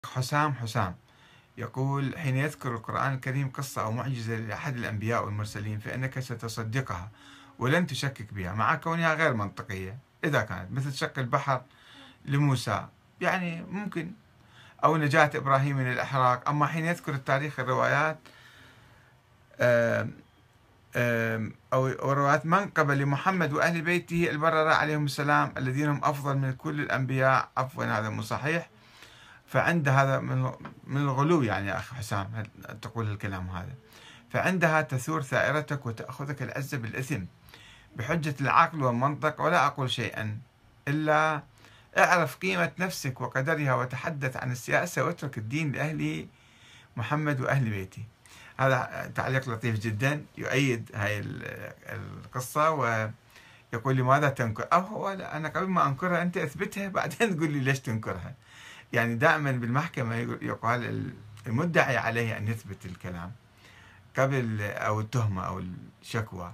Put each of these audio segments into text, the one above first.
حسام يقول: حين يذكر القرآن الكريم قصة أو معجزة لأحد الأنبياء والمرسلين فإنك ستصدقها ولن تشكك بها مع كونها غير منطقية إذا كانت مثل شق البحر لموسى، يعني ممكن، أو نجاة إبراهيم من الإحراق. أما حين يذكر التاريخ الروايات أو روايات منقبة لمحمد وأهل بيته البررة عليهم السلام الذين هم أفضل من كل الأنبياء، عفوا هذا مو صحيح، فعند هذا من الغلو، يعني يا أخي حسام تقول الكلام هذا، فعندها تثور ثائرتك وتأخذك العزة بالإثم بحجة العقل والمنطق. ولا أقول شيئا إلا اعرف قيمة نفسك وقدرها وتحدث عن السياسة واترك الدين لأهل محمد وأهل بيته. هذا تعليق لطيف جدا يؤيد هاي القصة، ويقول: لماذا تنكر؟ أو هو لا، أنا قبل ما أنكرها أنت أثبتها بعدين تقول لي ليش تنكرها. يعني دائما بالمحكمة يقال المدعي عليه أن يثبت الكلام قبل، أو التهمة أو الشكوى،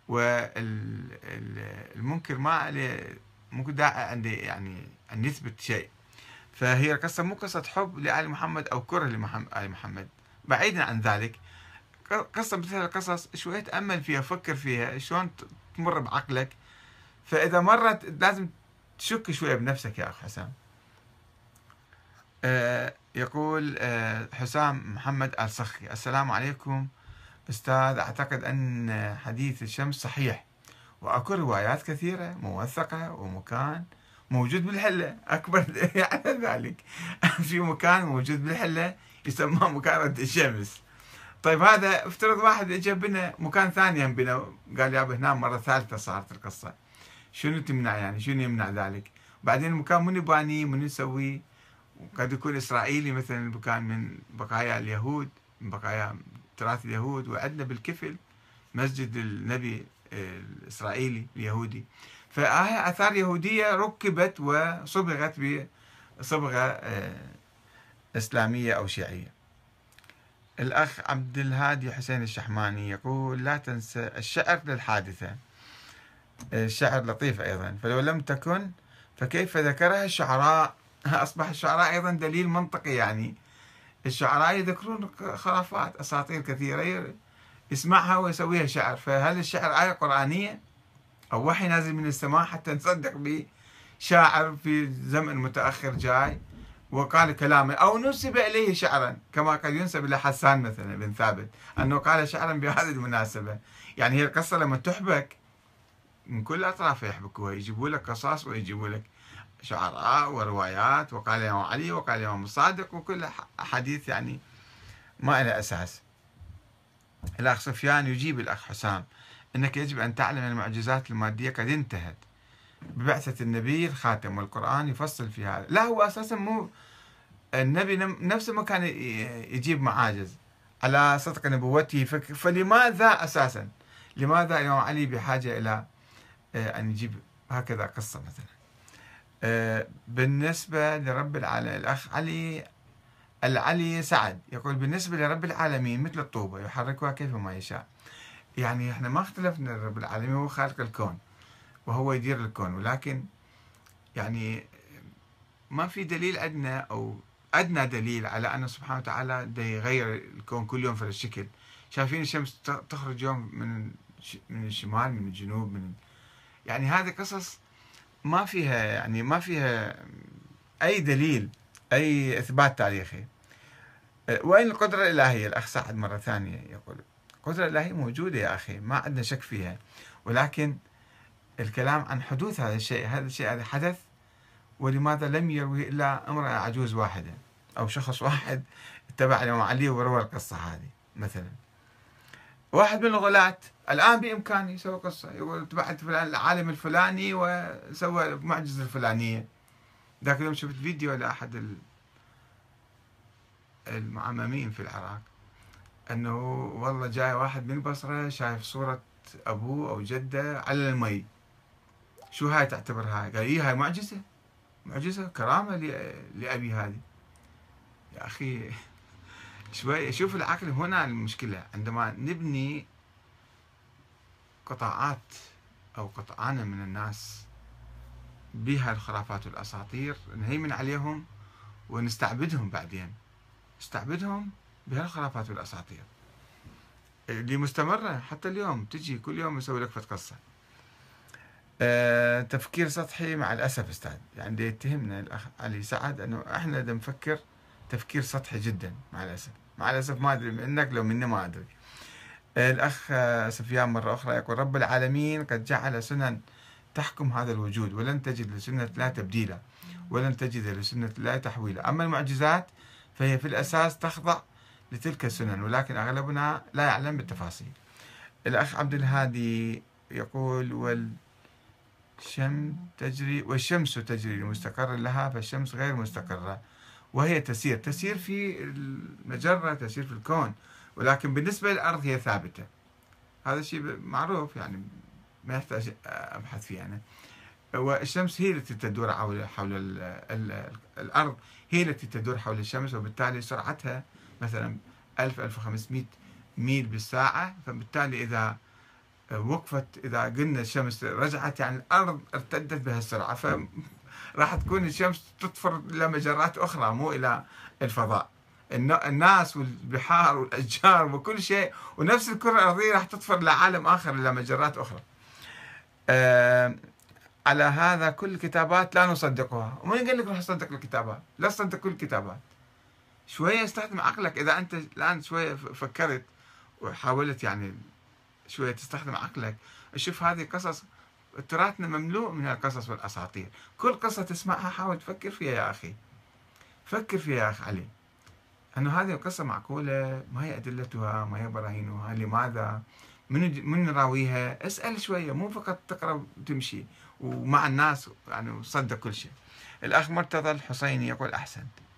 والمنكر ما عليه ممكن داعي عندي يعني أن يثبت شيء. فهي القصة مو قصة حب لآل محمد أو كره لآل محمد، بعيدا عن ذلك. قصة مثل القصص شوية تأمل فيها، فكر فيها شلون تمر بعقلك، فإذا مرت لازم تشك شوية بنفسك يا أخ حسام. يقول حسام محمد آل صخي: السلام عليكم أستاذ، أعتقد أن حديث الشمس صحيح، وأكو روايات كثيرة موثقة ومكان موجود بالحلة أكبر يعني ذلك. في مكان موجود بالحلة يسمى مكان رد الشمس. طيب هذا افترض واحد اجى بنا مكان ثاني هم بنا، قال يابا هنا مرة ثالثة صارت القصة، شنو تمنع؟ يعني شنو يمنع ذلك؟ بعدين المكان من يباني من يسوي؟ قد يكون إسرائيلي مثلا، المكان من بقايا اليهود، من بقايا تراث اليهود، وعندنا بالكفل مسجد النبي الإسرائيلي اليهودي، فهي آثار يهودية ركبت وصبغت بصبغة إسلامية أو شيعية. الأخ عبد الهادي حسين الشحماني يقول: لا تنسى الشعر للحادثة. الشعر لطيف أيضا، فلو لم تكن فكيف ذكرها الشعراء؟ أصبح الشعراء أيضا دليل منطقي، يعني الشعراء يذكرون خرافات أساطير كثيرة يسمعها ويسويها شعر، فهل الشعر آية قرآنية أو وحي نازل من السماء حتى نصدق بشاعر في زمن متأخر جاي وقال كلاما أو نسب إليه شعرا، كما قد ينسب إلى حسان مثلا بن ثابت أنه قال شعرا بهذه المناسبة؟ يعني هي القصة لما تحبك من كل الأطراف يحبكوها، يجيبوا لك قصص ويجيبوا لك شعراء وروايات، وقال الإمام علي وقال الإمام الصادق، وكل أحاديث يعني ما لها أساس. الأخ سفيان يجيب الأخ حسام: أنك يجب أن تعلم أن المعجزات المادية قد انتهت ببعثة النبي الخاتم، والقرآن يفصل في هذا. لا، هو أساسا مو النبي نفسه ما كان يجيب معاجز على صدق نبوته، فلماذا أساسا لماذا الإمام علي بحاجة إلى أن يجيب هكذا قصة مثلا؟ بالنسبة لرب العالمين، الأخ العلي سعد يقول: بالنسبة لرب العالمين مثل الطوبة يحركها كيفما يشاء. يعني احنا ما اختلفنا، رب العالمين هو خالق الكون وهو يدير الكون، ولكن يعني ما في دليل أدنى أو أدنى دليل على أن سبحانه وتعالى دا يغير الكون كل يوم في الشكل. شايفين الشمس تخرج يوم من الشمال، من الجنوب، يعني هذه قصص ما فيها، يعني ما فيها أي دليل، أي إثبات تاريخي. وين القدرة الإلهية؟ الأخ سعد مرة ثانية يقول: القدرة الإلهية موجودة يا أخي، ما عندنا شك فيها، ولكن الكلام عن حدوث هذا الشيء، هذا حدث، ولماذا لم يروي إلا امرأة عجوز واحدة أو شخص واحد اتبع الإمام علي وروى القصة هذه مثلا. واحد من الغلاة الآن بإمكانه يسوي قصة، يقول اتبعت فلان العالم الفلاني وسوى المعجزة الفلانية. ذاك اليوم شفت فيديو لأحد المعممين في العراق، أنه والله جاي واحد من البصرة شايف صورة أبوه أو جده على المي. شو هاي تعتبرها؟ قال إيه هاي معجزة، معجزة كرامة لأبي هذه. يا أخي شوي شوف العقل. هنا المشكلة عندما نبني قطاعات أو قطعان من الناس بها الخرافات والأساطير، نهيمن عليهم ونستعبدهم بعدين، نستعبدهم بهالخرافات والأساطير اللي مستمرة حتى اليوم، تجي كل يوم يسوي لك فت قصة. تفكير سطحي مع الأسف أستاذ، يعني دي يتهمنا الأخ علي سعد أنه إحنا دا نفكر تفكير سطحي جدا، مع الأسف، مع الأسف. ما أدري منك لو مني ما أدري. الأخ سفيان مرة أخرى يقول: رب العالمين قد جعل سنن تحكم هذا الوجود، ولن تجد لسنة الله تبديلا، ولن تجد لسنة الله تحويلا. أما المعجزات فهي في الأساس تخضع لتلك السنن، ولكن أغلبنا لا يعلم بالتفاصيل. الأخ عبد الهادي يقول: والشمس تجري لمستقر لها، فالشمس غير مستقرة وهي تسير في المجرة، تسير في الكون، ولكن بالنسبة للأرض هي ثابتة. هذا شيء معروف، يعني ما يحتاج أبحث فيه أنا. والشمس هي التي تدور حول الأرض، هي التي تدور حول الشمس، وبالتالي سرعتها مثلا 1500 ميل بالساعة. فبالتالي إذا وقفت، إذا قلنا الشمس رجعت، يعني الأرض ارتدت بهالسرعة، فراح تكون الشمس تطفر إلى مجرات أخرى، مو إلى الفضاء. الناس والبحار والأشجار وكل شيء، ونفس الكرة الأرضية راح تطفر لعالم آخر، إلى مجرات أخرى. على هذا كل الكتابات لا نصدقها. ومن قال لك روح تصدق الكتابات؟ لا تصدق كل الكتابات، شوية استخدم عقلك. إذا أنت الآن شوية فكرت وحاولت يعني شوية تستخدم عقلك، شوف هذه قصص، تراثنا مملوء من القصص والأساطير. كل قصة تسمعها حاول تفكر فيها يا أخي، فكر فيها يا أخ علي، أنه هذه القصة معقولة؟ ما هي أدلتها؟ ما هي براهينها؟ لماذا؟ من راويها؟ اسأل شوية، مو فقط تقرأ وتمشي ومع الناس يعني وصدق كل شيء. الأخ مرتضى الحسيني يقول: أحسنت.